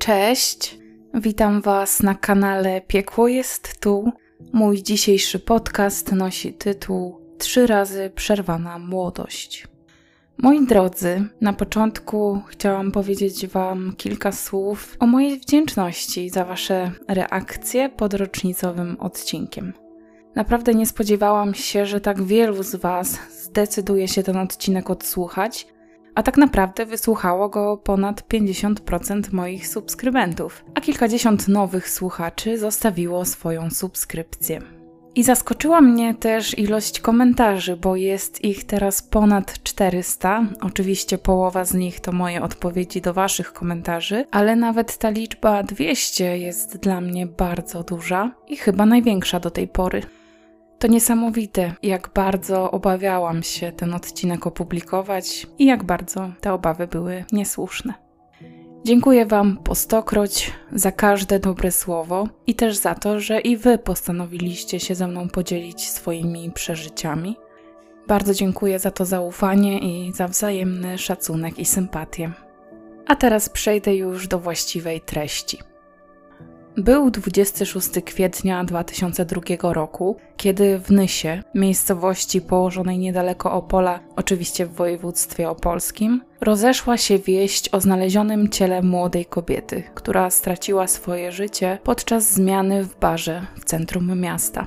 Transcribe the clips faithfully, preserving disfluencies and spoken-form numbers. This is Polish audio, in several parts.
Cześć, witam Was na kanale Piekło jest tu. Mój dzisiejszy podcast nosi tytuł Trzy razy przerwana młodość. Moi drodzy, na początku chciałam powiedzieć Wam kilka słów o mojej wdzięczności za Wasze reakcje pod rocznicowym odcinkiem. Naprawdę nie spodziewałam się, że tak wielu z Was zdecyduje się ten odcinek odsłuchać, a tak naprawdę wysłuchało go ponad pięćdziesiąt procent moich subskrybentów, a kilkadziesiąt nowych słuchaczy zostawiło swoją subskrypcję. I zaskoczyła mnie też ilość komentarzy, bo jest ich teraz ponad czterysta. Oczywiście połowa z nich to moje odpowiedzi do Waszych komentarzy, ale nawet ta liczba dwieście jest dla mnie bardzo duża i chyba największa do tej pory. To niesamowite, jak bardzo obawiałam się ten odcinek opublikować i jak bardzo te obawy były niesłuszne. Dziękuję Wam po stokroć za każde dobre słowo i też za to, że i Wy postanowiliście się ze mną podzielić swoimi przeżyciami. Bardzo dziękuję za to zaufanie i za wzajemny szacunek i sympatię. A teraz przejdę już do właściwej treści. Był dwudziestego szóstego kwietnia dwa tysiące drugiego roku, kiedy w Nysie, miejscowości położonej niedaleko Opola, oczywiście w województwie opolskim, rozeszła się wieść o znalezionym ciele młodej kobiety, która straciła swoje życie podczas zmiany w barze w centrum miasta.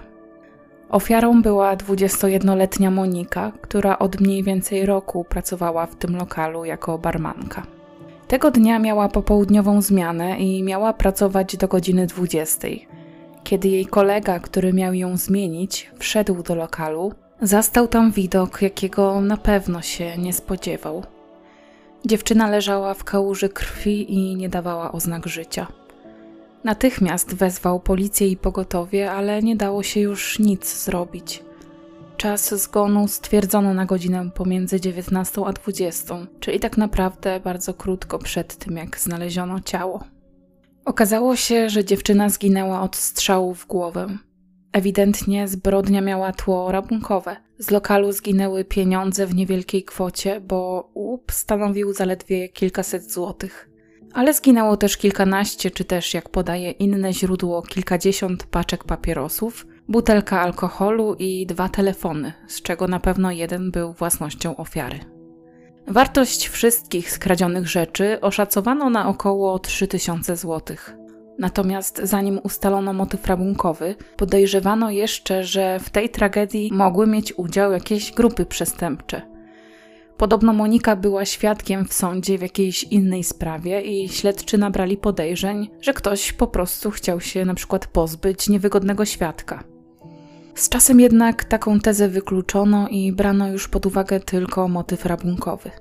Ofiarą była dwudziestojednoletnia Monika, która od mniej więcej roku pracowała w tym lokalu jako barmanka. Tego dnia miała popołudniową zmianę i miała pracować do godziny dwudziestej. Kiedy jej kolega, który miał ją zmienić, wszedł do lokalu, zastał tam widok, jakiego na pewno się nie spodziewał. Dziewczyna leżała w kałuży krwi i nie dawała oznak życia. Natychmiast wezwał policję i pogotowie, ale nie dało się już nic zrobić. Czas zgonu stwierdzono na godzinę pomiędzy dziewiętnastą a dwudziestą, czyli tak naprawdę bardzo krótko przed tym, jak znaleziono ciało. Okazało się, że dziewczyna zginęła od strzału w głowę. Ewidentnie zbrodnia miała tło rabunkowe. Z lokalu zginęły pieniądze w niewielkiej kwocie, bo łup stanowił zaledwie kilkaset złotych. Ale zginęło też kilkanaście, czy też, jak podaje inne źródło, kilkadziesiąt paczek papierosów, butelka alkoholu i dwa telefony, z czego na pewno jeden był własnością ofiary. Wartość wszystkich skradzionych rzeczy oszacowano na około trzy tysiące złotych. Natomiast zanim ustalono motyw rabunkowy, podejrzewano jeszcze, że w tej tragedii mogły mieć udział jakieś grupy przestępcze. Podobno Monika była świadkiem w sądzie w jakiejś innej sprawie i śledczy nabrali podejrzeń, że ktoś po prostu chciał się na przykład pozbyć niewygodnego świadka. Z czasem jednak taką tezę wykluczono i brano już pod uwagę tylko motyw rabunkowy.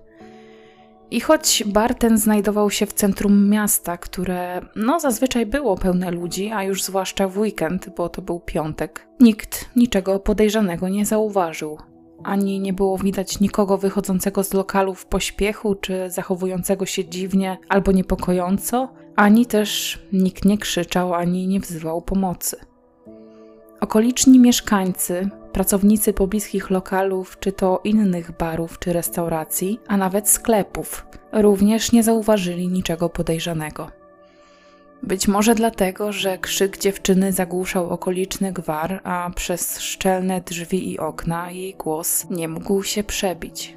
I choć bar ten znajdował się w centrum miasta, które no zazwyczaj było pełne ludzi, a już zwłaszcza w weekend, bo to był piątek, nikt niczego podejrzanego nie zauważył. Ani nie było widać nikogo wychodzącego z lokalu w pośpiechu, czy zachowującego się dziwnie albo niepokojąco, ani też nikt nie krzyczał, ani nie wzywał pomocy. Okoliczni mieszkańcy, pracownicy pobliskich lokalów, czy to innych barów czy restauracji, a nawet sklepów, również nie zauważyli niczego podejrzanego. Być może dlatego, że krzyk dziewczyny zagłuszał okoliczny gwar, a przez szczelne drzwi i okna jej głos nie mógł się przebić.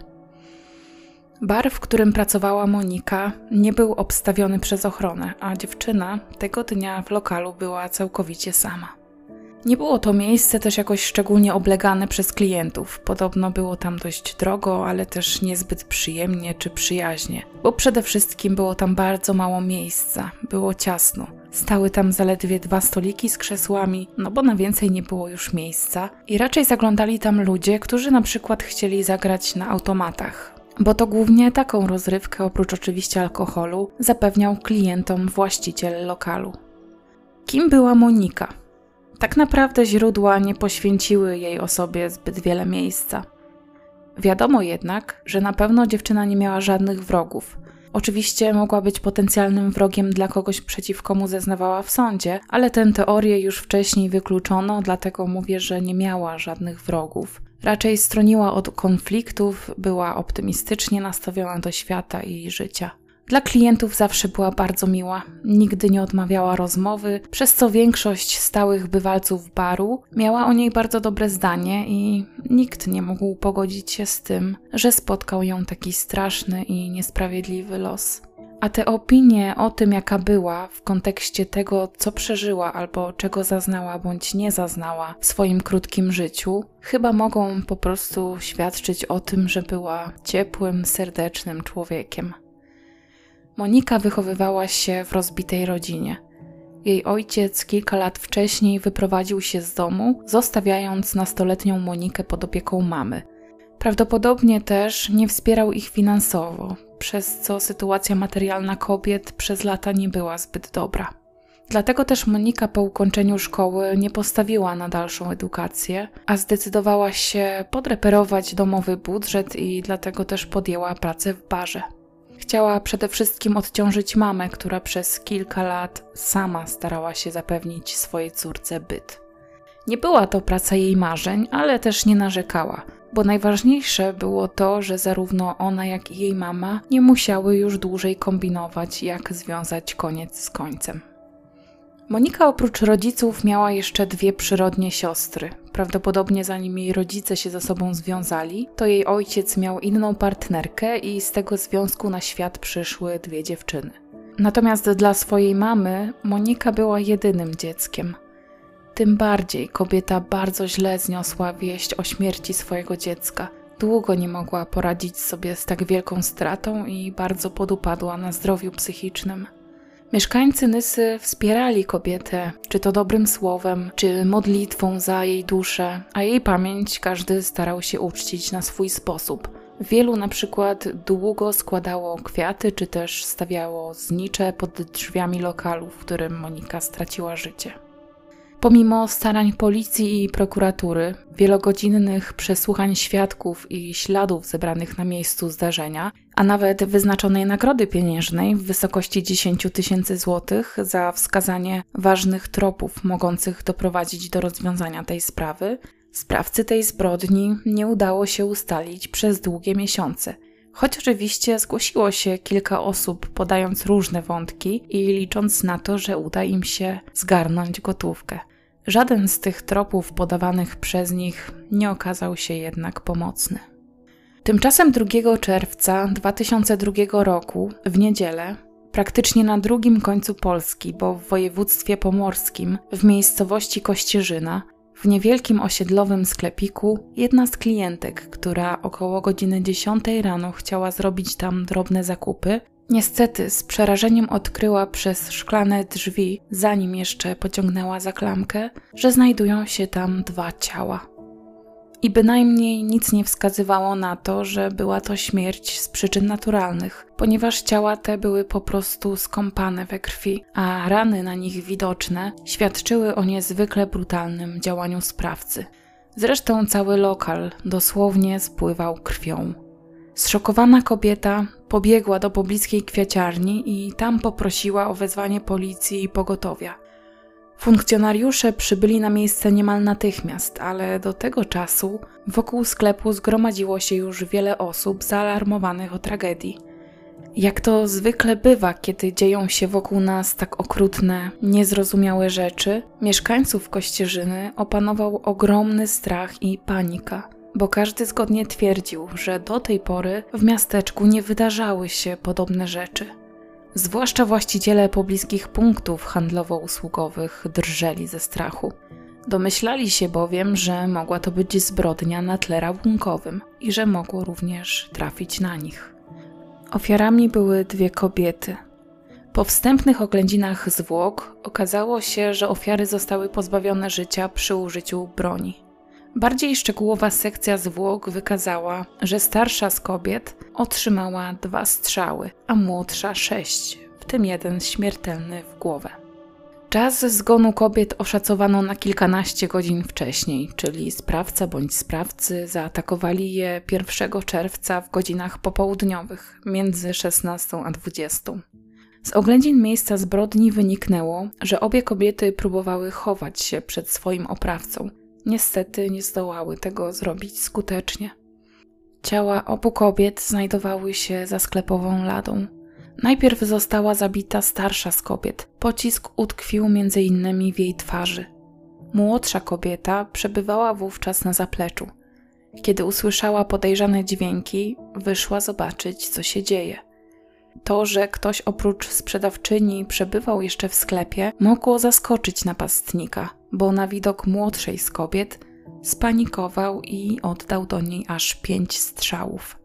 Bar, w którym pracowała Monika, nie był obstawiony przez ochronę, a dziewczyna tego dnia w lokalu była całkowicie sama. Nie było to miejsce też jakoś szczególnie oblegane przez klientów. Podobno było tam dość drogo, ale też niezbyt przyjemnie czy przyjaźnie, bo przede wszystkim było tam bardzo mało miejsca, było ciasno. Stały tam zaledwie dwa stoliki z krzesłami, no bo na więcej nie było już miejsca i raczej zaglądali tam ludzie, którzy na przykład chcieli zagrać na automatach. Bo to głównie taką rozrywkę, oprócz oczywiście alkoholu, zapewniał klientom właściciel lokalu. Kim była Monika? Tak naprawdę źródła nie poświęciły jej osobie zbyt wiele miejsca. Wiadomo jednak, że na pewno dziewczyna nie miała żadnych wrogów. Oczywiście mogła być potencjalnym wrogiem dla kogoś, przeciw komu zeznawała w sądzie, ale tę teorię już wcześniej wykluczono, dlatego mówię, że nie miała żadnych wrogów. Raczej stroniła od konfliktów, była optymistycznie nastawiona do świata i życia. Dla klientów zawsze była bardzo miła, nigdy nie odmawiała rozmowy, przez co większość stałych bywalców baru miała o niej bardzo dobre zdanie i nikt nie mógł pogodzić się z tym, że spotkał ją taki straszny i niesprawiedliwy los. A te opinie o tym, jaka była w kontekście tego, co przeżyła albo czego zaznała bądź nie zaznała w swoim krótkim życiu, chyba mogą po prostu świadczyć o tym, że była ciepłym, serdecznym człowiekiem. Monika wychowywała się w rozbitej rodzinie. Jej ojciec kilka lat wcześniej wyprowadził się z domu, zostawiając nastoletnią Monikę pod opieką mamy. Prawdopodobnie też nie wspierał ich finansowo, przez co sytuacja materialna kobiet przez lata nie była zbyt dobra. Dlatego też Monika po ukończeniu szkoły nie postawiła na dalszą edukację, a zdecydowała się podreperować domowy budżet i dlatego też podjęła pracę w barze. Chciała przede wszystkim odciążyć mamę, która przez kilka lat sama starała się zapewnić swojej córce byt. Nie była to praca jej marzeń, ale też nie narzekała, bo najważniejsze było to, że zarówno ona, jak i jej mama nie musiały już dłużej kombinować, jak związać koniec z końcem. Monika oprócz rodziców miała jeszcze dwie przyrodnie siostry. Prawdopodobnie zanim jej rodzice się ze sobą związali, to jej ojciec miał inną partnerkę i z tego związku na świat przyszły dwie dziewczyny. Natomiast dla swojej mamy Monika była jedynym dzieckiem. Tym bardziej kobieta bardzo źle zniosła wieść o śmierci swojego dziecka. Długo nie mogła poradzić sobie z tak wielką stratą i bardzo podupadła na zdrowiu psychicznym. Mieszkańcy Nysy wspierali kobietę, czy to dobrym słowem, czy modlitwą za jej duszę, a jej pamięć każdy starał się uczcić na swój sposób. Wielu na przykład długo składało kwiaty, czy też stawiało znicze pod drzwiami lokalu, w którym Monika straciła życie. Pomimo starań policji i prokuratury, wielogodzinnych przesłuchań świadków i śladów zebranych na miejscu zdarzenia, a nawet wyznaczonej nagrody pieniężnej w wysokości dziesięć tysięcy złotych za wskazanie ważnych tropów mogących doprowadzić do rozwiązania tej sprawy, sprawcy tej zbrodni nie udało się ustalić przez długie miesiące. Choć oczywiście zgłosiło się kilka osób, podając różne wątki i licząc na to, że uda im się zgarnąć gotówkę. Żaden z tych tropów podawanych przez nich nie okazał się jednak pomocny. Tymczasem drugiego czerwca dwa tysiące drugiego roku, w niedzielę, praktycznie na drugim końcu Polski, bo w województwie pomorskim, w miejscowości Kościerzyna, w niewielkim osiedlowym sklepiku, jedna z klientek, która około godziny dziesiątej rano chciała zrobić tam drobne zakupy, niestety z przerażeniem odkryła przez szklane drzwi, zanim jeszcze pociągnęła za klamkę, że znajdują się tam dwa ciała. I bynajmniej nic nie wskazywało na to, że była to śmierć z przyczyn naturalnych, ponieważ ciała te były po prostu skąpane we krwi, a rany na nich widoczne świadczyły o niezwykle brutalnym działaniu sprawcy. Zresztą cały lokal dosłownie spływał krwią. Zszokowana kobieta pobiegła do pobliskiej kwiaciarni i tam poprosiła o wezwanie policji i pogotowia. Funkcjonariusze przybyli na miejsce niemal natychmiast, ale do tego czasu wokół sklepu zgromadziło się już wiele osób zaalarmowanych o tragedii. Jak to zwykle bywa, kiedy dzieją się wokół nas tak okrutne, niezrozumiałe rzeczy, mieszkańców Kościerzyny opanował ogromny strach i panika, bo każdy zgodnie twierdził, że do tej pory w miasteczku nie wydarzały się podobne rzeczy. Zwłaszcza właściciele pobliskich punktów handlowo-usługowych drżeli ze strachu. Domyślali się bowiem, że mogła to być zbrodnia na tle rabunkowym i że mogło również trafić na nich. Ofiarami były dwie kobiety. Po wstępnych oględzinach zwłok okazało się, że ofiary zostały pozbawione życia przy użyciu broni. Bardziej szczegółowa sekcja zwłok wykazała, że starsza z kobiet otrzymała dwa strzały, a młodsza sześć, w tym jeden śmiertelny w głowę. Czas zgonu kobiet oszacowano na kilkanaście godzin wcześniej, czyli sprawca bądź sprawcy zaatakowali je pierwszego czerwca w godzinach popołudniowych, między szesnastą a dwudziestą. Z oględzin miejsca zbrodni wyniknęło, że obie kobiety próbowały chować się przed swoim oprawcą. Niestety nie zdołały tego zrobić skutecznie. Ciała obu kobiet znajdowały się za sklepową ladą. Najpierw została zabita starsza z kobiet. Pocisk utkwił między innymi w jej twarzy. Młodsza kobieta przebywała wówczas na zapleczu. Kiedy usłyszała podejrzane dźwięki, wyszła zobaczyć, co się dzieje. To, że ktoś oprócz sprzedawczyni przebywał jeszcze w sklepie, mogło zaskoczyć napastnika, bo na widok młodszej z kobiet spanikował i oddał do niej aż pięć strzałów.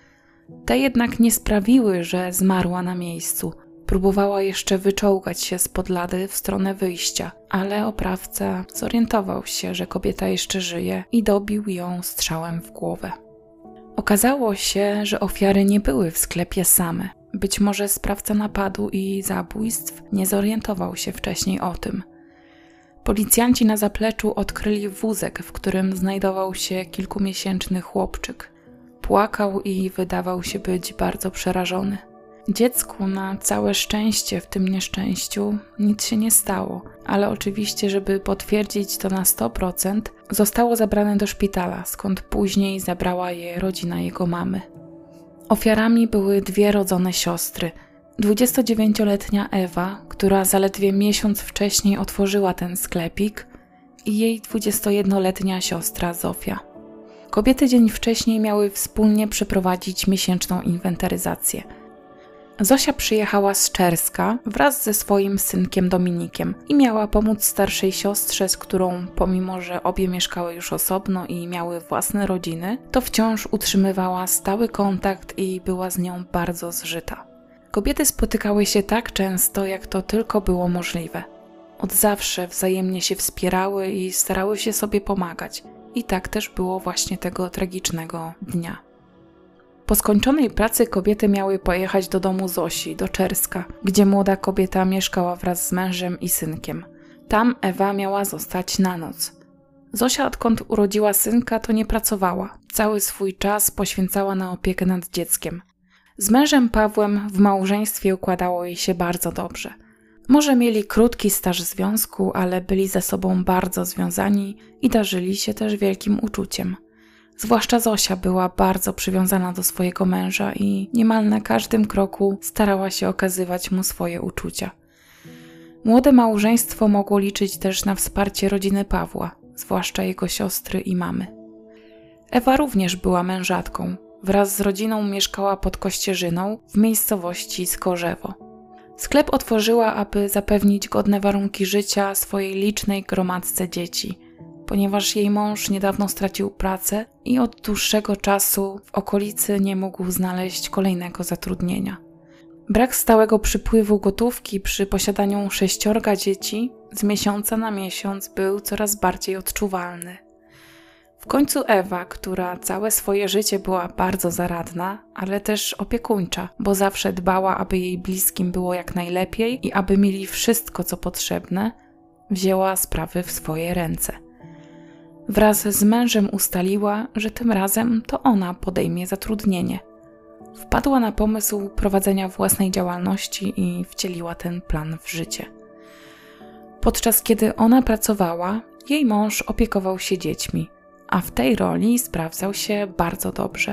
Te jednak nie sprawiły, że zmarła na miejscu. Próbowała jeszcze wyczołgać się spod lady w stronę wyjścia, ale oprawca zorientował się, że kobieta jeszcze żyje i dobił ją strzałem w głowę. Okazało się, że ofiary nie były w sklepie same. Być może sprawca napadu i zabójstw nie zorientował się wcześniej o tym. Policjanci na zapleczu odkryli wózek, w którym znajdował się kilkumiesięczny chłopczyk. Płakał i wydawał się być bardzo przerażony. Dziecku na całe szczęście w tym nieszczęściu nic się nie stało, ale oczywiście, żeby potwierdzić to na sto procent, zostało zabrane do szpitala, skąd później zabrała je rodzina jego mamy. Ofiarami były dwie rodzone siostry. dwudziestodziewięcioletnia Ewa, która zaledwie miesiąc wcześniej otworzyła ten sklepik, i jej dwudziestojednoletnia siostra Zofia. Kobiety dzień wcześniej miały wspólnie przeprowadzić miesięczną inwentaryzację. Zosia przyjechała z Czerska wraz ze swoim synkiem Dominikiem i miała pomóc starszej siostrze, z którą, pomimo że obie mieszkały już osobno i miały własne rodziny, to wciąż utrzymywała stały kontakt i była z nią bardzo zżyta. Kobiety spotykały się tak często, jak to tylko było możliwe. Od zawsze wzajemnie się wspierały i starały się sobie pomagać. I tak też było właśnie tego tragicznego dnia. Po skończonej pracy kobiety miały pojechać do domu Zosi, do Czerska, gdzie młoda kobieta mieszkała wraz z mężem i synkiem. Tam Ewa miała zostać na noc. Zosia, odkąd urodziła synka, to nie pracowała. Cały swój czas poświęcała na opiekę nad dzieckiem. Z mężem Pawłem w małżeństwie układało jej się bardzo dobrze. Może mieli krótki staż związku, ale byli ze sobą bardzo związani i darzyli się też wielkim uczuciem. Zwłaszcza Zosia była bardzo przywiązana do swojego męża i niemal na każdym kroku starała się okazywać mu swoje uczucia. Młode małżeństwo mogło liczyć też na wsparcie rodziny Pawła, zwłaszcza jego siostry i mamy. Ewa również była mężatką. Wraz z rodziną mieszkała pod Kościerzyną w miejscowości Skorzewo. Sklep otworzyła, aby zapewnić godne warunki życia swojej licznej gromadce dzieci, ponieważ jej mąż niedawno stracił pracę i od dłuższego czasu w okolicy nie mógł znaleźć kolejnego zatrudnienia. Brak stałego przypływu gotówki przy posiadaniu sześciorga dzieci z miesiąca na miesiąc był coraz bardziej odczuwalny. W końcu Ewa, która całe swoje życie była bardzo zaradna, ale też opiekuńcza, bo zawsze dbała, aby jej bliskim było jak najlepiej i aby mieli wszystko, co potrzebne, wzięła sprawy w swoje ręce. Wraz z mężem ustaliła, że tym razem to ona podejmie zatrudnienie. Wpadła na pomysł prowadzenia własnej działalności i wcieliła ten plan w życie. Podczas kiedy ona pracowała, jej mąż opiekował się dziećmi, a w tej roli sprawdzał się bardzo dobrze.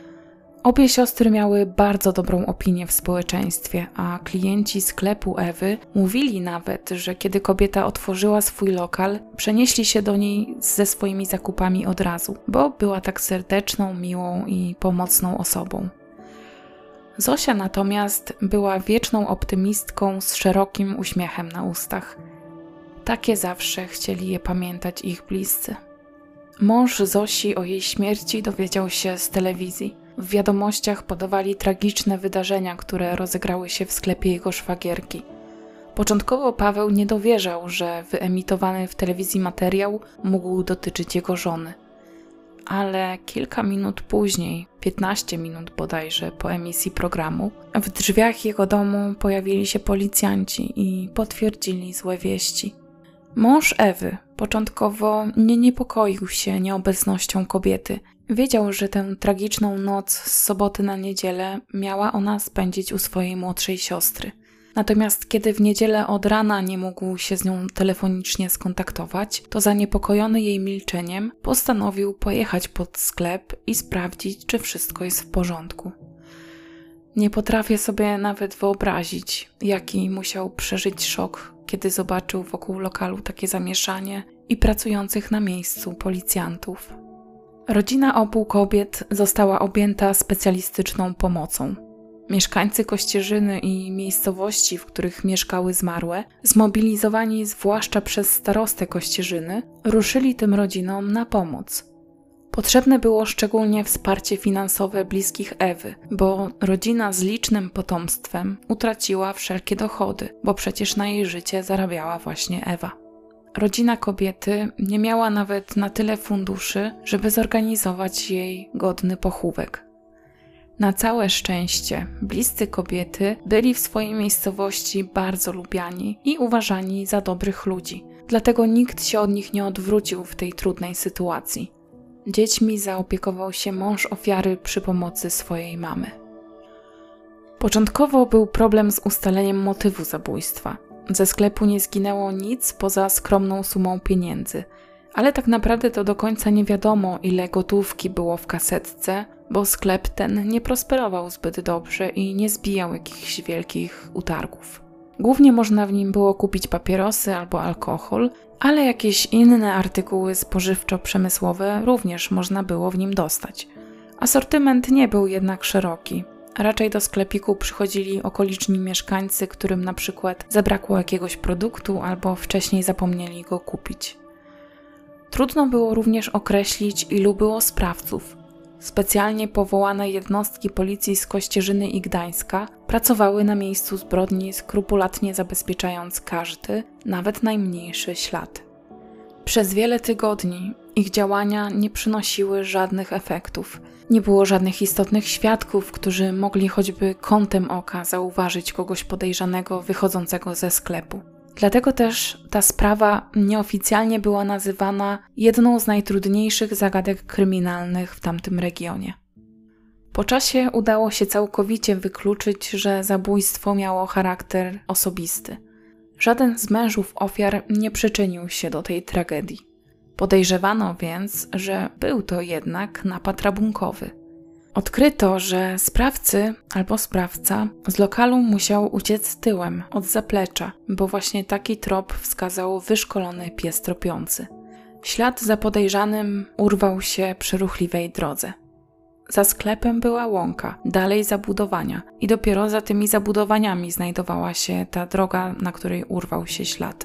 Obie siostry miały bardzo dobrą opinię w społeczeństwie, a klienci sklepu Ewy mówili nawet, że kiedy kobieta otworzyła swój lokal, przenieśli się do niej ze swoimi zakupami od razu, bo była tak serdeczną, miłą i pomocną osobą. Zosia natomiast była wieczną optymistką z szerokim uśmiechem na ustach. Takie zawsze chcieli je pamiętać ich bliscy. Mąż Zosi o jej śmierci dowiedział się z telewizji. W wiadomościach podawali tragiczne wydarzenia, które rozegrały się w sklepie jego szwagierki. Początkowo Paweł nie dowierzał, że wyemitowany w telewizji materiał mógł dotyczyć jego żony. Ale kilka minut później, piętnaście minut bodajże po emisji programu, w drzwiach jego domu pojawili się policjanci i potwierdzili złe wieści. Mąż Ewy początkowo nie niepokoił się nieobecnością kobiety. Wiedział, że tę tragiczną noc z soboty na niedzielę miała ona spędzić u swojej młodszej siostry. Natomiast kiedy w niedzielę od rana nie mógł się z nią telefonicznie skontaktować, to zaniepokojony jej milczeniem postanowił pojechać pod sklep i sprawdzić, czy wszystko jest w porządku. Nie potrafię sobie nawet wyobrazić, jaki musiał przeżyć szok, kiedy zobaczył wokół lokalu takie zamieszanie i pracujących na miejscu policjantów. Rodzina obu kobiet została objęta specjalistyczną pomocą. Mieszkańcy Kościerzyny i miejscowości, w których mieszkały zmarłe, zmobilizowani zwłaszcza przez starostę Kościerzyny, ruszyli tym rodzinom na pomoc. Potrzebne było szczególnie wsparcie finansowe bliskich Ewy, bo rodzina z licznym potomstwem utraciła wszelkie dochody, bo przecież na jej życie zarabiała właśnie Ewa. Rodzina kobiety nie miała nawet na tyle funduszy, żeby zorganizować jej godny pochówek. Na całe szczęście bliscy kobiety byli w swojej miejscowości bardzo lubiani i uważani za dobrych ludzi, dlatego nikt się od nich nie odwrócił w tej trudnej sytuacji. Dziećmi zaopiekował się mąż ofiary przy pomocy swojej mamy. Początkowo był problem z ustaleniem motywu zabójstwa. Ze sklepu nie zginęło nic poza skromną sumą pieniędzy, ale tak naprawdę to do końca nie wiadomo, ile gotówki było w kasetce, bo sklep ten nie prosperował zbyt dobrze i nie zbijał jakichś wielkich utargów. Głównie można w nim było kupić papierosy albo alkohol, ale jakieś inne artykuły spożywczo-przemysłowe również można było w nim dostać. Asortyment nie był jednak szeroki. Raczej do sklepiku przychodzili okoliczni mieszkańcy, którym na przykład zabrakło jakiegoś produktu albo wcześniej zapomnieli go kupić. Trudno było również określić, ilu było sprawców. Specjalnie powołane jednostki policji z Kościerzyny i Gdańska pracowały na miejscu zbrodni, skrupulatnie zabezpieczając każdy, nawet najmniejszy ślad. Przez wiele tygodni ich działania nie przynosiły żadnych efektów. Nie było żadnych istotnych świadków, którzy mogli choćby kątem oka zauważyć kogoś podejrzanego wychodzącego ze sklepu. Dlatego też ta sprawa nieoficjalnie była nazywana jedną z najtrudniejszych zagadek kryminalnych w tamtym regionie. Po czasie udało się całkowicie wykluczyć, że zabójstwo miało charakter osobisty. Żaden z mężów ofiar nie przyczynił się do tej tragedii. Podejrzewano więc, że był to jednak napad rabunkowy. Odkryto, że sprawcy albo sprawca z lokalu musiał uciec tyłem od zaplecza, bo właśnie taki trop wskazał wyszkolony pies tropiący. Ślad za podejrzanym urwał się przy ruchliwej drodze. Za sklepem była łąka, dalej zabudowania i dopiero za tymi zabudowaniami znajdowała się ta droga, na której urwał się ślad.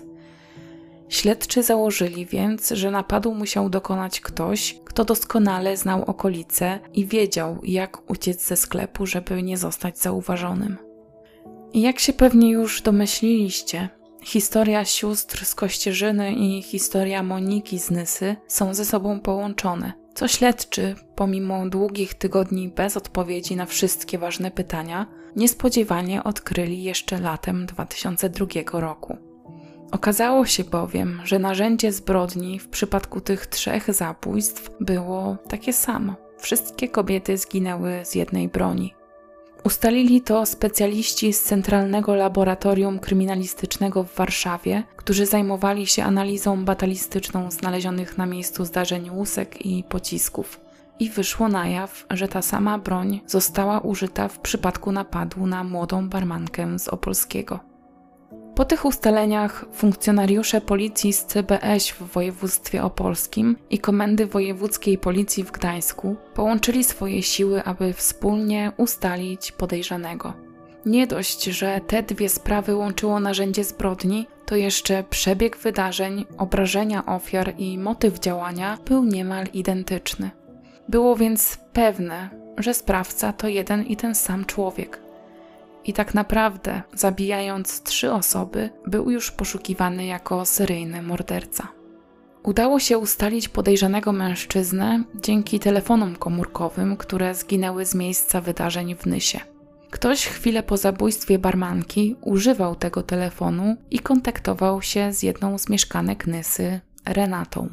Śledczy założyli więc, że napadu musiał dokonać ktoś, kto doskonale znał okolice i wiedział, jak uciec ze sklepu, żeby nie zostać zauważonym. I jak się pewnie już domyśliliście, historia sióstr z Kościerzyny i historia Moniki z Nysy są ze sobą połączone, co śledczy, pomimo długich tygodni bez odpowiedzi na wszystkie ważne pytania, niespodziewanie odkryli jeszcze latem dwa tysiące drugiego roku. Okazało się bowiem, że narzędzie zbrodni w przypadku tych trzech zabójstw było takie samo. Wszystkie kobiety zginęły z jednej broni. Ustalili to specjaliści z Centralnego Laboratorium Kryminalistycznego w Warszawie, którzy zajmowali się analizą batalistyczną znalezionych na miejscu zdarzeń łusek i pocisków. I wyszło na jaw, że ta sama broń została użyta w przypadku napadu na młodą barmankę z Opolskiego. Po tych ustaleniach funkcjonariusze policji z C B Ś w województwie opolskim i Komendy Wojewódzkiej Policji w Gdańsku połączyli swoje siły, aby wspólnie ustalić podejrzanego. Nie dość, że te dwie sprawy łączyło narzędzie zbrodni, to jeszcze przebieg wydarzeń, obrażenia ofiar i motyw działania był niemal identyczny. Było więc pewne, że sprawca to jeden i ten sam człowiek. I tak naprawdę, zabijając trzy osoby, był już poszukiwany jako seryjny morderca. Udało się ustalić podejrzanego mężczyznę dzięki telefonom komórkowym, które zginęły z miejsca wydarzeń w Nysie. Ktoś chwilę po zabójstwie barmanki używał tego telefonu i kontaktował się z jedną z mieszkanek Nysy, Renatą.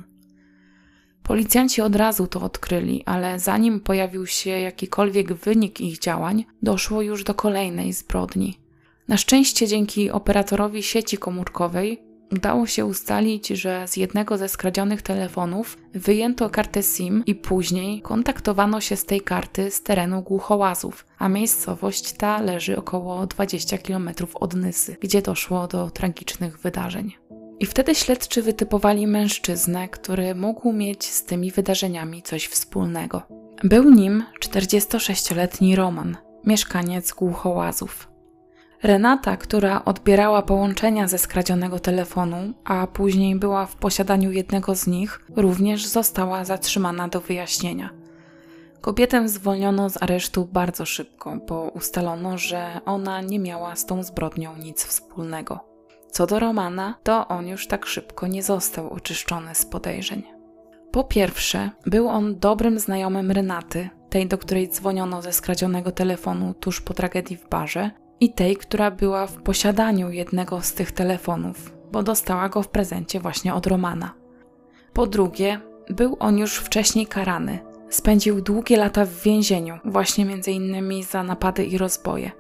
Policjanci od razu to odkryli, ale zanim pojawił się jakikolwiek wynik ich działań, doszło już do kolejnej zbrodni. Na szczęście dzięki operatorowi sieci komórkowej Udało się ustalić, że z jednego ze skradzionych telefonów wyjęto kartę SIM i później kontaktowano się z tej karty z terenu Głuchołazów, a miejscowość ta leży około dwadzieścia kilometrów od Nysy, gdzie doszło do tragicznych wydarzeń. I wtedy śledczy wytypowali mężczyznę, który mógł mieć z tymi wydarzeniami coś wspólnego. Był nim czterdziestosześcioletni Roman, mieszkaniec Głuchołazów. Renata, która odbierała połączenia ze skradzionego telefonu, a później była w posiadaniu jednego z nich, również została zatrzymana do wyjaśnienia. Kobietę zwolniono z aresztu bardzo szybko, bo ustalono, że ona nie miała z tą zbrodnią nic wspólnego. Co do Romana, to on już tak szybko nie został oczyszczony z podejrzeń. Po pierwsze, był on dobrym znajomym Renaty, tej, do której dzwoniono ze skradzionego telefonu tuż po tragedii w barze, i tej, która była w posiadaniu jednego z tych telefonów, bo dostała go w prezencie właśnie od Romana. Po drugie, był on już wcześniej karany. Spędził długie lata w więzieniu, właśnie między innymi za napady i rozboje.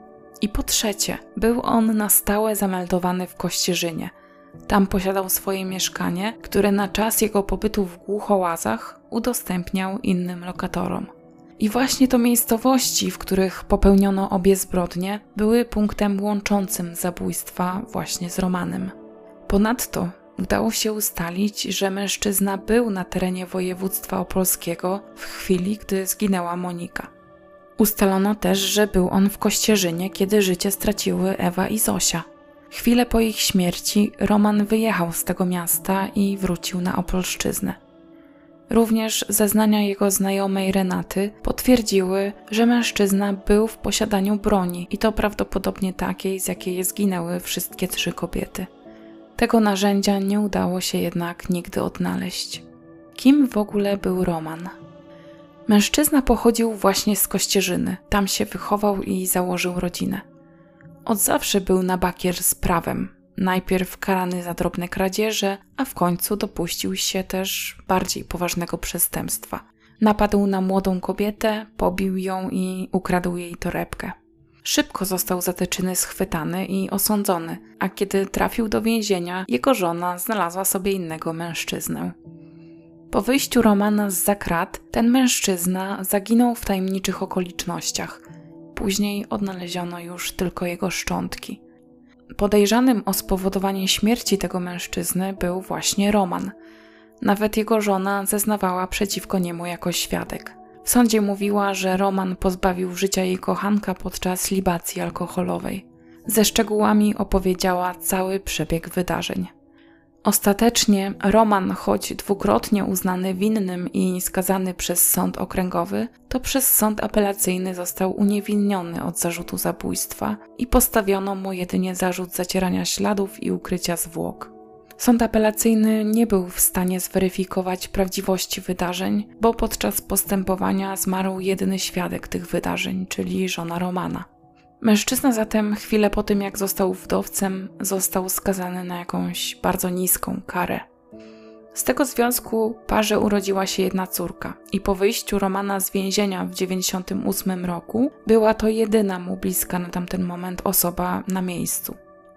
I po trzecie, był on na stałe zameldowany w Kościerzynie. Tam posiadał swoje mieszkanie, które na czas jego pobytu w Głuchołazach udostępniał innym lokatorom. I właśnie to miejscowości, w których popełniono obie zbrodnie, były punktem łączącym zabójstwa właśnie z Romanem. Ponadto udało się ustalić, że mężczyzna był na terenie województwa opolskiego w chwili, gdy zginęła Monika. Ustalono też, że był on w Kościerzynie, kiedy życie straciły Ewa i Zosia. Chwilę po ich śmierci Roman wyjechał z tego miasta i wrócił na Opolszczyznę. Również zeznania jego znajomej Renaty potwierdziły, że mężczyzna był w posiadaniu broni i to prawdopodobnie takiej, z jakiej zginęły wszystkie trzy kobiety. Tego narzędzia nie udało się jednak nigdy odnaleźć. Kim w ogóle był Roman? Mężczyzna pochodził właśnie z Kościerzyny, tam się wychował i założył rodzinę. Od zawsze był na bakier z prawem. Najpierw karany za drobne kradzieże, a w końcu dopuścił się też bardziej poważnego przestępstwa. Napadł na młodą kobietę, pobił ją i ukradł jej torebkę. Szybko został za te czyny schwytany i osądzony, a kiedy trafił do więzienia, jego żona znalazła sobie innego mężczyznę. Po wyjściu Romana zza krat, ten mężczyzna zaginął w tajemniczych okolicznościach. Później odnaleziono już tylko jego szczątki. Podejrzanym o spowodowanie śmierci tego mężczyzny był właśnie Roman. Nawet jego żona zeznawała przeciwko niemu jako świadek. W sądzie mówiła, że Roman pozbawił życia jej kochanka podczas libacji alkoholowej. Ze szczegółami opowiedziała cały przebieg wydarzeń. Ostatecznie Roman, choć dwukrotnie uznany winnym i skazany przez sąd okręgowy, to przez sąd apelacyjny został uniewinniony od zarzutu zabójstwa i postawiono mu jedynie zarzut zacierania śladów i ukrycia zwłok. Sąd apelacyjny nie był w stanie zweryfikować prawdziwości wydarzeń, bo podczas postępowania zmarł jedyny świadek tych wydarzeń, czyli żona Romana. Mężczyzna zatem chwilę po tym, jak został wdowcem, został skazany na jakąś bardzo niską karę. Z tego związku parze urodziła się jedna córka i po wyjściu Romana z więzienia w dziewięćdziesiątym ósmym roku była to jedyna mu bliska na tamten moment osoba na miejscu.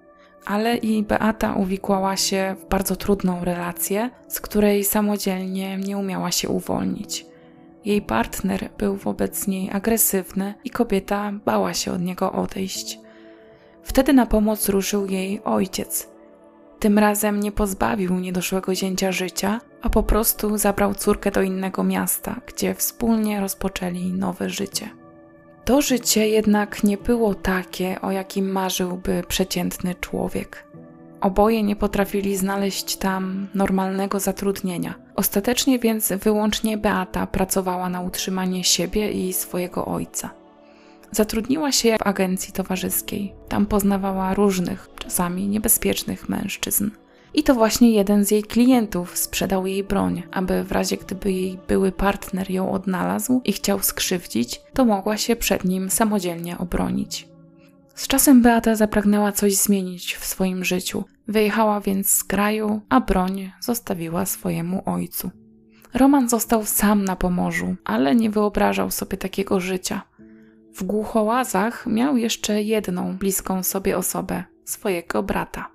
Ale i Beata uwikłała się w bardzo trudną relację, z której samodzielnie nie umiała się uwolnić. Jej partner był wobec niej agresywny i kobieta bała się od niego odejść. Wtedy na pomoc ruszył jej ojciec. Tym razem nie pozbawił niedoszłego zięcia życia, a po prostu zabrał córkę do innego miasta, gdzie wspólnie rozpoczęli nowe życie. To życie jednak nie było takie, o jakim marzyłby przeciętny człowiek. Oboje nie potrafili znaleźć tam normalnego zatrudnienia. Ostatecznie więc wyłącznie Beata pracowała na utrzymanie siebie i swojego ojca. Zatrudniła się w agencji towarzyskiej. Tam poznawała różnych, czasami niebezpiecznych mężczyzn. I to właśnie jeden z jej klientów sprzedał jej broń, aby w razie gdyby jej były partner ją odnalazł i chciał skrzywdzić, to mogła się przed nim samodzielnie obronić. Z czasem Beata zapragnęła coś zmienić w swoim życiu. Wyjechała więc z kraju, a broń zostawiła swojemu ojcu. Roman został sam na Pomorzu, ale nie wyobrażał sobie takiego życia. W Głuchołazach miał jeszcze jedną bliską sobie osobę, swojego brata.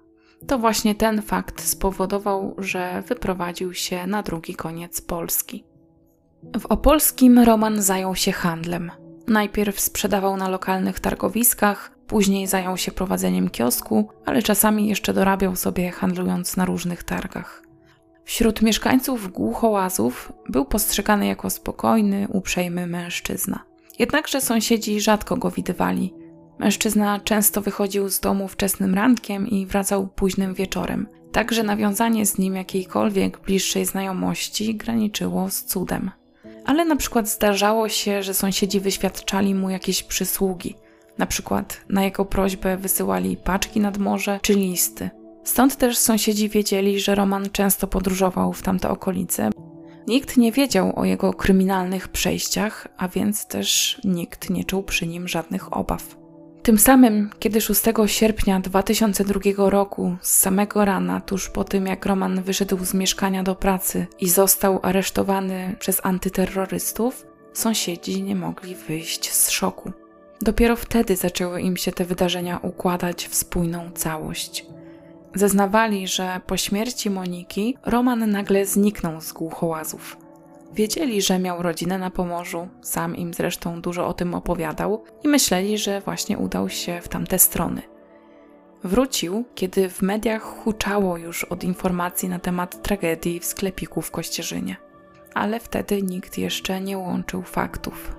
To właśnie ten fakt spowodował, że wyprowadził się na drugi koniec Polski. W Opolskim Roman zajął się handlem. Najpierw sprzedawał na lokalnych targowiskach, później zajął się prowadzeniem kiosku, ale czasami jeszcze dorabiał sobie handlując na różnych targach. Wśród mieszkańców Głuchołazów był postrzegany jako spokojny, uprzejmy mężczyzna. Jednakże sąsiedzi rzadko go widywali. Mężczyzna często wychodził z domu wczesnym rankiem i wracał późnym wieczorem. Także nawiązanie z nim jakiejkolwiek bliższej znajomości graniczyło z cudem. Ale na przykład zdarzało się, że sąsiedzi wyświadczali mu jakieś przysługi. Na przykład na jego prośbę wysyłali paczki nad morze czy listy. Stąd też sąsiedzi wiedzieli, że Roman często podróżował w tamte okolice. Nikt nie wiedział o jego kryminalnych przejściach, a więc też nikt nie czuł przy nim żadnych obaw. Tym samym, kiedy szóstego sierpnia dwa tysiące drugiego roku, z samego rana, tuż po tym jak Roman wyszedł z mieszkania do pracy i został aresztowany przez antyterrorystów, sąsiedzi nie mogli wyjść z szoku. Dopiero wtedy zaczęły im się te wydarzenia układać w spójną całość. Zeznawali, że po śmierci Moniki Roman nagle zniknął z Głuchołazów. Wiedzieli, że miał rodzinę na Pomorzu, sam im zresztą dużo o tym opowiadał i myśleli, że właśnie udał się w tamte strony. Wrócił, kiedy w mediach huczało już od informacji na temat tragedii w sklepiku w Kościerzynie. Ale wtedy nikt jeszcze nie łączył faktów.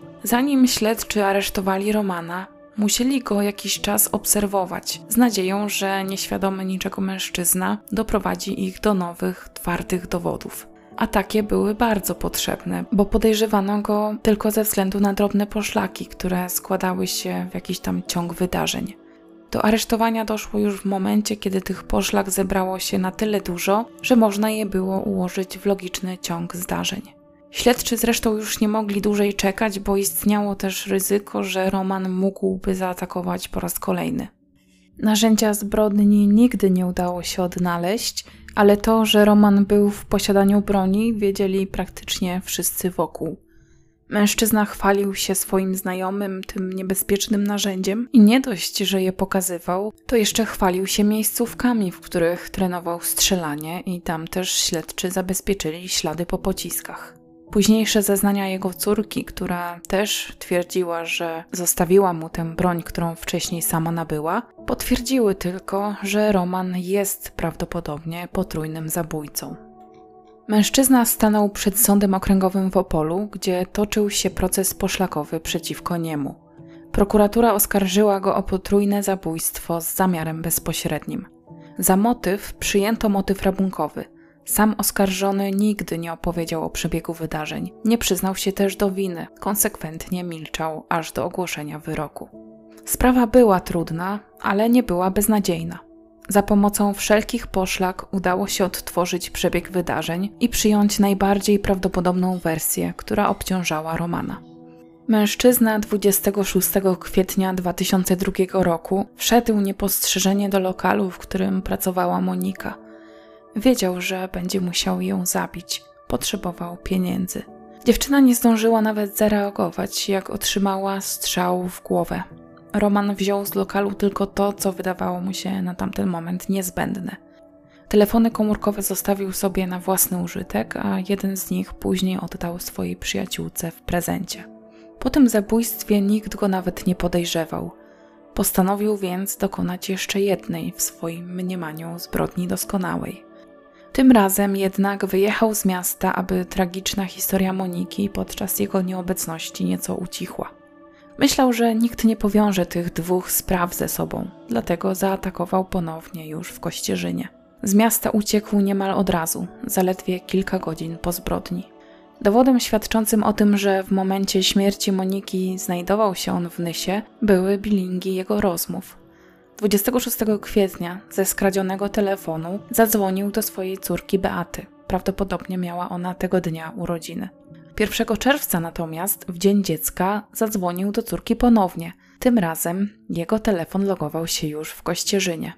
Zanim śledczy aresztowali Romana, musieli go jakiś czas obserwować, z nadzieją, że nieświadomy niczego mężczyzna doprowadzi ich do nowych, twardych dowodów. A takie były bardzo potrzebne, bo podejrzewano go tylko ze względu na drobne poszlaki, które składały się w jakiś tam ciąg wydarzeń. Do aresztowania doszło już w momencie, kiedy tych poszlak zebrało się na tyle dużo, że można je było ułożyć w logiczny ciąg zdarzeń. Śledczy zresztą już nie mogli dłużej czekać, bo istniało też ryzyko, że Roman mógłby zaatakować po raz kolejny. Narzędzia zbrodni nigdy nie udało się odnaleźć, ale to, że Roman był w posiadaniu broni, wiedzieli praktycznie wszyscy wokół. Mężczyzna chwalił się swoim znajomym tym niebezpiecznym narzędziem i nie dość, że je pokazywał, to jeszcze chwalił się miejscówkami, w których trenował strzelanie i tam też śledczy zabezpieczyli ślady po pociskach. Późniejsze zeznania jego córki, która też twierdziła, że zostawiła mu tę broń, którą wcześniej sama nabyła, potwierdziły tylko, że Roman jest prawdopodobnie potrójnym zabójcą. Mężczyzna stanął przed sądem okręgowym w Opolu, gdzie toczył się proces poszlakowy przeciwko niemu. Prokuratura oskarżyła go o potrójne zabójstwo z zamiarem bezpośrednim. Za motyw przyjęto motyw rabunkowy. Sam oskarżony nigdy nie opowiedział o przebiegu wydarzeń. Nie przyznał się też do winy, konsekwentnie milczał aż do ogłoszenia wyroku. Sprawa była trudna, ale nie była beznadziejna. Za pomocą wszelkich poszlak udało się odtworzyć przebieg wydarzeń i przyjąć najbardziej prawdopodobną wersję, która obciążała Romana. Mężczyzna dwudziestego szóstego kwietnia dwa tysiące drugiego roku wszedł niepostrzeżenie do lokalu, w którym pracowała Monika. Wiedział, że będzie musiał ją zabić. Potrzebował pieniędzy. Dziewczyna nie zdążyła nawet zareagować, jak otrzymała strzał w głowę. Roman wziął z lokalu tylko to, co wydawało mu się na tamten moment niezbędne. Telefony komórkowe zostawił sobie na własny użytek, a jeden z nich później oddał swojej przyjaciółce w prezencie. Po tym zabójstwie nikt go nawet nie podejrzewał. Postanowił więc dokonać jeszcze jednej w swoim mniemaniu zbrodni doskonałej. Tym razem jednak wyjechał z miasta, aby tragiczna historia Moniki podczas jego nieobecności nieco ucichła. Myślał, że nikt nie powiąże tych dwóch spraw ze sobą, dlatego zaatakował ponownie już w Kościerzynie. Z miasta uciekł niemal od razu, zaledwie kilka godzin po zbrodni. Dowodem świadczącym o tym, że w momencie śmierci Moniki znajdował się on w Nysie, były bilingi jego rozmów. dwudziestego szóstego kwietnia ze skradzionego telefonu zadzwonił do swojej córki Beaty. Prawdopodobnie miała ona tego dnia urodziny. pierwszego czerwca natomiast, w Dzień Dziecka, zadzwonił do córki ponownie. Tym razem jego telefon logował się już w Kościerzynie.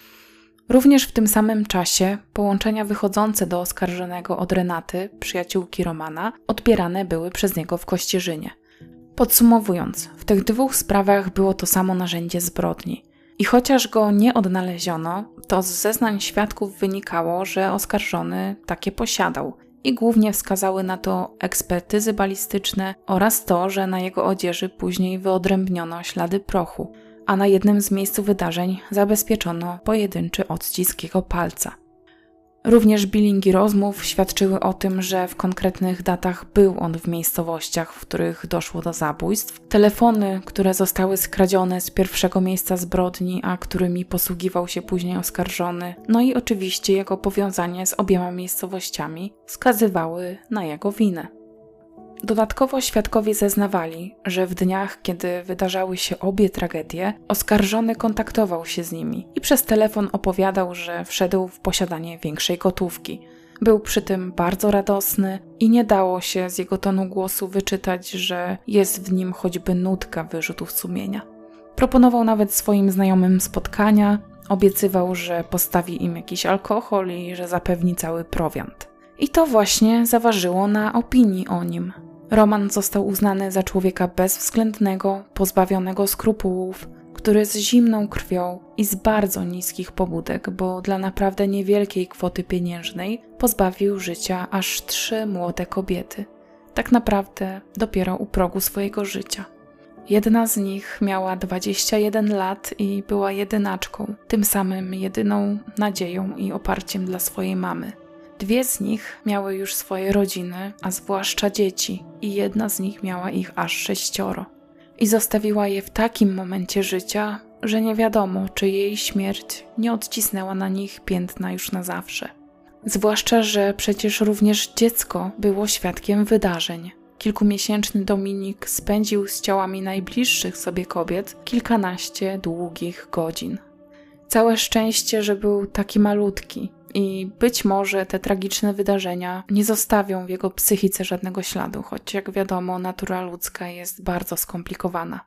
Również w tym samym czasie połączenia wychodzące do oskarżonego od Renaty, przyjaciółki Romana, odbierane były przez niego w Kościerzynie. Podsumowując, w tych dwóch sprawach było to samo narzędzie zbrodni. I chociaż go nie odnaleziono, to z zeznań świadków wynikało, że oskarżony takie posiadał. I głównie wskazały na to ekspertyzy balistyczne oraz to, że na jego odzieży później wyodrębniono ślady prochu, a na jednym z miejsc wydarzeń zabezpieczono pojedynczy odcisk jego palca. Również bilingi rozmów świadczyły o tym, że w konkretnych datach był on w miejscowościach, w których doszło do zabójstw. Telefony, które zostały skradzione z pierwszego miejsca zbrodni, a którymi posługiwał się później oskarżony, no i oczywiście jego powiązanie z obiema miejscowościami wskazywały na jego winę. Dodatkowo świadkowie zeznawali, że w dniach, kiedy wydarzały się obie tragedie, oskarżony kontaktował się z nimi i przez telefon opowiadał, że wszedł w posiadanie większej gotówki. Był przy tym bardzo radosny i nie dało się z jego tonu głosu wyczytać, że jest w nim choćby nutka wyrzutów sumienia. Proponował nawet swoim znajomym spotkania, obiecywał, że postawi im jakiś alkohol i że zapewni cały prowiant. I to właśnie zaważyło na opinii o nim. Roman został uznany za człowieka bezwzględnego, pozbawionego skrupułów, który z zimną krwią i z bardzo niskich pobudek, bo dla naprawdę niewielkiej kwoty pieniężnej pozbawił życia aż trzy młode kobiety. Tak naprawdę dopiero u progu swojego życia. Jedna z nich miała dwadzieścia jeden lat i była jedynaczką, tym samym jedyną nadzieją i oparciem dla swojej mamy. Dwie z nich miały już swoje rodziny, a zwłaszcza dzieci, i jedna z nich miała ich aż sześcioro. I zostawiła je w takim momencie życia, że nie wiadomo, czy jej śmierć nie odcisnęła na nich piętna już na zawsze. Zwłaszcza, że przecież również dziecko było świadkiem wydarzeń. Kilkumiesięczny Dominik spędził z ciałami najbliższych sobie kobiet kilkanaście długich godzin. Całe szczęście, że był taki malutki i być może te tragiczne wydarzenia nie zostawią w jego psychice żadnego śladu, choć jak wiadomo, natura ludzka jest bardzo skomplikowana.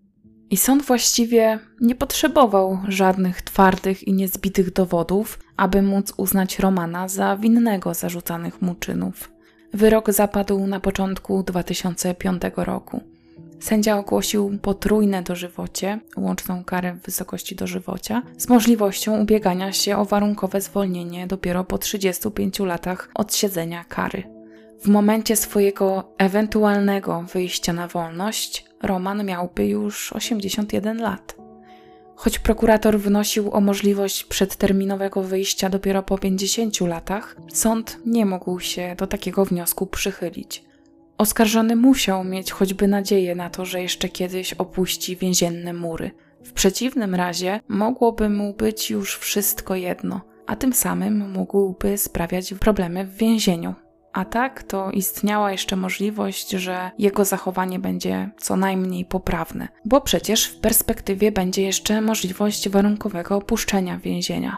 I sąd właściwie nie potrzebował żadnych twardych i niezbitych dowodów, aby móc uznać Romana za winnego zarzucanych mu czynów. Wyrok zapadł na początku dwa tysiące piątego roku. Sędzia ogłosił potrójne dożywocie, łączną karę w wysokości dożywocia, z możliwością ubiegania się o warunkowe zwolnienie dopiero po trzydziestu pięciu latach odsiedzenia kary. W momencie swojego ewentualnego wyjścia na wolność Roman miałby już osiemdziesiąt jeden lat. Choć prokurator wnosił o możliwość przedterminowego wyjścia dopiero po pięćdziesięciu latach, sąd nie mógł się do takiego wniosku przychylić. Oskarżony musiał mieć choćby nadzieję na to, że jeszcze kiedyś opuści więzienne mury. W przeciwnym razie mogłoby mu być już wszystko jedno, a tym samym mógłby sprawiać problemy w więzieniu. A tak to istniała jeszcze możliwość, że jego zachowanie będzie co najmniej poprawne, bo przecież w perspektywie będzie jeszcze możliwość warunkowego opuszczenia więzienia.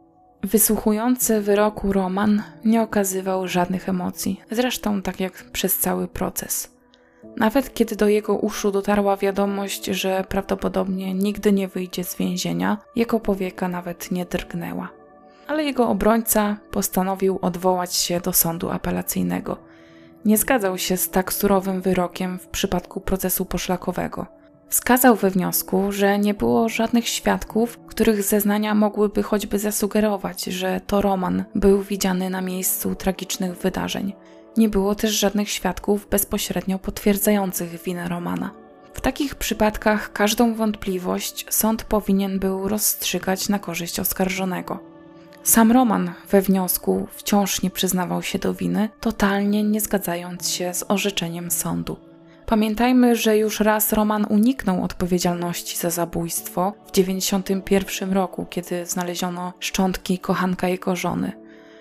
Wysłuchujący wyroku Roman nie okazywał żadnych emocji, zresztą tak jak przez cały proces. Nawet kiedy do jego uszu dotarła wiadomość, że prawdopodobnie nigdy nie wyjdzie z więzienia, jego powieka nawet nie drgnęła. Ale jego obrońca postanowił odwołać się do sądu apelacyjnego. Nie zgadzał się z tak surowym wyrokiem w przypadku procesu poszlakowego. Wskazał we wniosku, że nie było żadnych świadków, których zeznania mogłyby choćby zasugerować, że to Roman był widziany na miejscu tragicznych wydarzeń. Nie było też żadnych świadków bezpośrednio potwierdzających winę Romana. W takich przypadkach każdą wątpliwość sąd powinien był rozstrzygać na korzyść oskarżonego. Sam Roman we wniosku wciąż nie przyznawał się do winy, totalnie nie zgadzając się z orzeczeniem sądu. Pamiętajmy, że już raz Roman uniknął odpowiedzialności za zabójstwo w dziewięćdziesiątym pierwszym roku, kiedy znaleziono szczątki kochanka jego żony.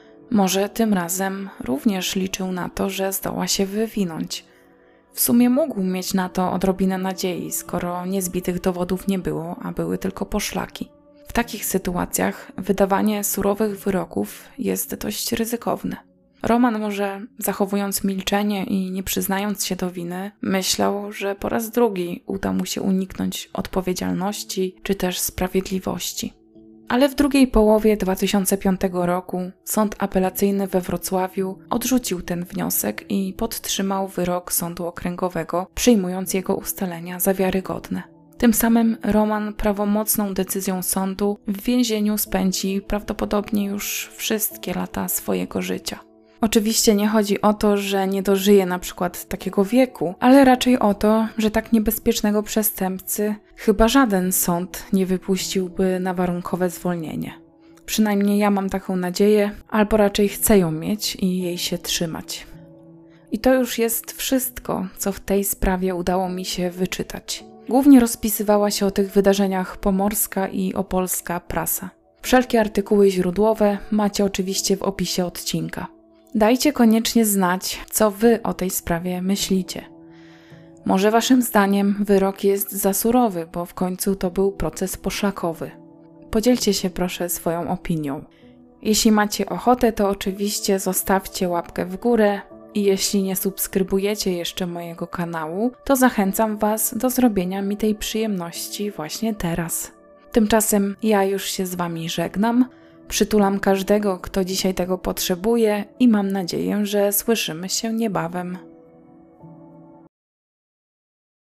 Może tym razem również liczył na to, że zdoła się wywinąć. W sumie mógł mieć na to odrobinę nadziei, skoro niezbitych dowodów nie było, a były tylko poszlaki. W takich sytuacjach wydawanie surowych wyroków jest dość ryzykowne. Roman może, zachowując milczenie i nie przyznając się do winy, myślał, że po raz drugi uda mu się uniknąć odpowiedzialności czy też sprawiedliwości. Ale w drugiej połowie dwa tysiące piątego roku sąd apelacyjny we Wrocławiu odrzucił ten wniosek i podtrzymał wyrok sądu okręgowego, przyjmując jego ustalenia za wiarygodne. Tym samym Roman prawomocną decyzją sądu w więzieniu spędzi prawdopodobnie już wszystkie lata swojego życia. Oczywiście nie chodzi o to, że nie dożyje na przykład takiego wieku, ale raczej o to, że tak niebezpiecznego przestępcy chyba żaden sąd nie wypuściłby na warunkowe zwolnienie. Przynajmniej ja mam taką nadzieję, albo raczej chcę ją mieć i jej się trzymać. I to już jest wszystko, co w tej sprawie udało mi się wyczytać. Głównie rozpisywała się o tych wydarzeniach pomorska i opolska prasa. Wszelkie artykuły źródłowe macie oczywiście w opisie odcinka. Dajcie koniecznie znać, co wy o tej sprawie myślicie. Może waszym zdaniem wyrok jest za surowy, bo w końcu to był proces poszlakowy. Podzielcie się proszę swoją opinią. Jeśli macie ochotę, to oczywiście zostawcie łapkę w górę i jeśli nie subskrybujecie jeszcze mojego kanału, to zachęcam was do zrobienia mi tej przyjemności właśnie teraz. Tymczasem ja już się z wami żegnam. Przytulam każdego, kto dzisiaj tego potrzebuje i mam nadzieję, że słyszymy się niebawem.